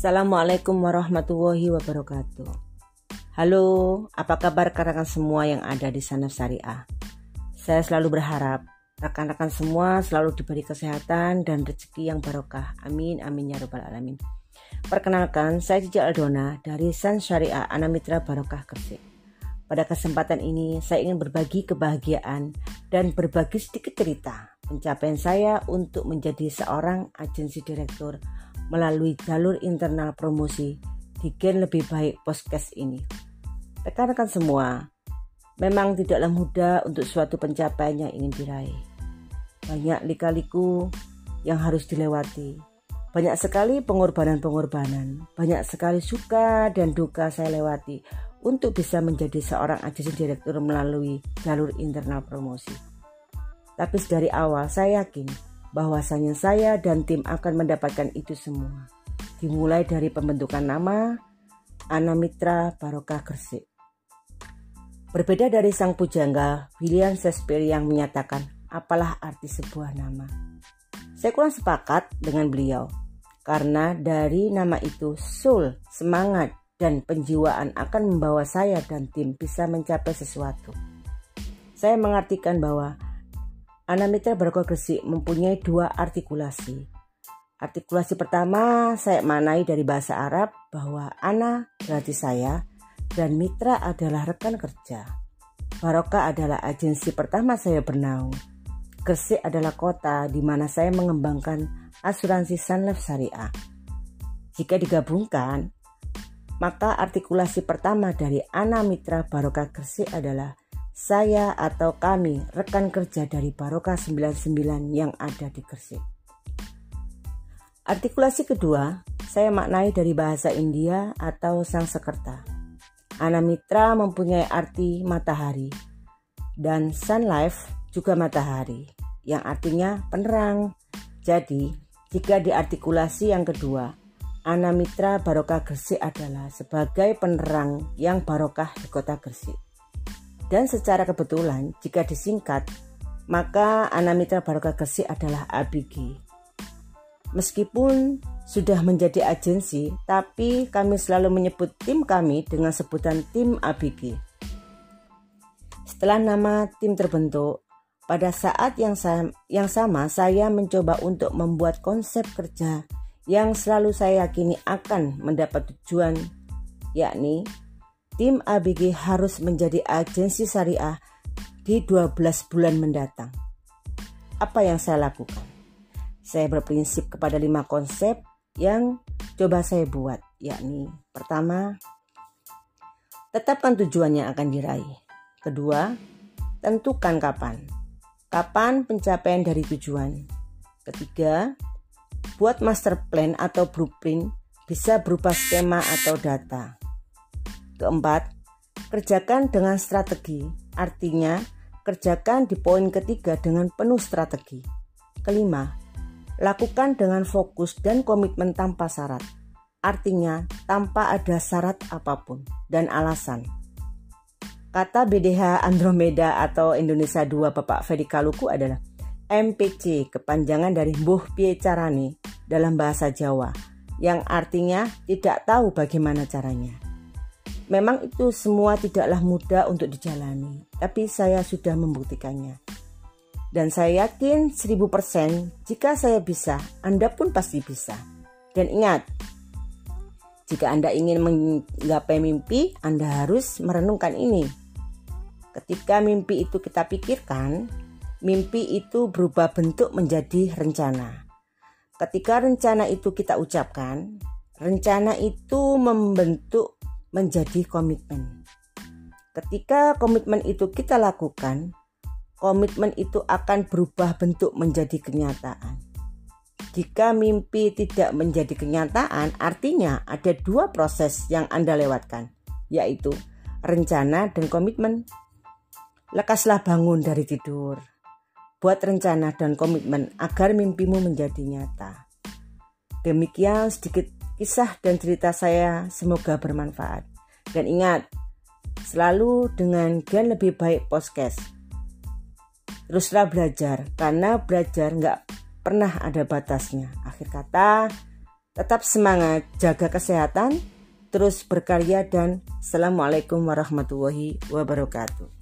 Assalamualaikum warahmatullahi wabarakatuh. Halo, apa kabar rekan-rekan semua yang ada di Sanaf Syariah? Saya selalu berharap rekan-rekan semua selalu diberi kesehatan dan rezeki yang barokah. Amin, amin ya rabbal alamin. Perkenalkan, saya Cici Aldona dari Sanaf Syariah Anamitra Barokah Gresik. Pada kesempatan ini, saya ingin berbagi kebahagiaan dan berbagi sedikit cerita pencapaian saya untuk menjadi seorang agensi direktur melalui jalur internal promosi di Gen Lebih Baik Podcast ini. Rekan-rekan semua, memang tidaklah mudah untuk suatu pencapaian yang ingin diraih. Banyak lika-liku yang harus dilewati. Banyak sekali pengorbanan-pengorbanan. Banyak sekali suka dan duka saya lewati untuk bisa menjadi seorang agensi direktur melalui jalur internal promosi. Tapi dari awal saya yakin bahwasanya saya dan tim akan mendapatkan itu semua. Dimulai dari pembentukan nama Anamitra Barokah Gresik. Berbeda dari sang pujangga William Shakespeare yang menyatakan apalah arti sebuah nama. Saya kurang sepakat dengan beliau karena dari nama itu soul, semangat dan penjiwaan akan membawa saya dan tim bisa mencapai sesuatu. Saya mengartikan bahwa Anamitra Barokah Gresik mempunyai dua artikulasi. Artikulasi pertama saya maknai dari bahasa Arab bahwa Ana berarti saya dan Mitra adalah rekan kerja. Barokah adalah agensi pertama saya bernaung. Gresik adalah kota di mana saya mengembangkan asuransi Sanaf Syariah. Jika digabungkan, maka artikulasi pertama dari Anamitra Barokah Gresik adalah saya atau kami rekan kerja dari Barokah 99 yang ada di Gresik. Artikulasi kedua saya maknai dari bahasa India atau Sanskerta. Anamitra mempunyai arti matahari dan Sun Life juga matahari yang artinya penerang. Jadi jika diartikulasi yang kedua, Anamitra Barokah Gresik adalah sebagai penerang yang barokah di kota Gresik. Dan secara kebetulan jika disingkat, maka Anamitra Barokah Gresik adalah ABG. Meskipun sudah menjadi agensi, tapi kami selalu menyebut tim kami dengan sebutan tim ABG. Setelah nama tim terbentuk, pada saat yang sama saya mencoba untuk membuat konsep kerja yang selalu saya yakini akan mendapat tujuan, yakni tim ABG harus menjadi agensi syariah di 12 bulan mendatang. Apa yang saya lakukan? Saya berprinsip kepada 5 konsep yang coba saya buat, yakni pertama, tetapkan tujuan yang akan diraih. Kedua, tentukan kapan pencapaian dari tujuan. Ketiga, buat master plan atau blueprint bisa berupa skema atau data. Keempat, kerjakan dengan strategi, artinya kerjakan di poin ketiga dengan penuh strategi. Kelima, lakukan dengan fokus dan komitmen tanpa syarat, artinya tanpa ada syarat apapun dan alasan. Kata BDH Andromeda atau Indonesia 2 Bapak Fedi Kaluku adalah MPC, kepanjangan dari Mbuh Piye Carane dalam bahasa Jawa, yang artinya tidak tahu bagaimana caranya. Memang itu semua tidaklah mudah untuk dijalani, tapi saya sudah membuktikannya. Dan saya yakin 1000% jika saya bisa, Anda pun pasti bisa. Dan ingat, jika Anda ingin menggapai mimpi, Anda harus merenungkan ini. Ketika mimpi itu kita pikirkan, mimpi itu berubah bentuk menjadi rencana. Ketika rencana itu kita ucapkan, rencana itu membentuk menjadi komitmen. Ketika komitmen itu kita lakukan, komitmen itu akan berubah bentuk menjadi kenyataan. Jika mimpi tidak menjadi kenyataan, artinya ada 2 proses yang Anda lewatkan, yaitu rencana dan komitmen. Lekaslah bangun dari tidur. Buat rencana dan komitmen agar mimpimu menjadi nyata. Demikian sedikit kisah dan cerita saya, semoga bermanfaat. Dan ingat, selalu dengan Gen Lebih Baik Podcast. Teruslah belajar, karena belajar nggak pernah ada batasnya. Akhir kata, Tetap semangat, jaga kesehatan, terus berkarya, dan Assalamualaikum warahmatullahi wabarakatuh.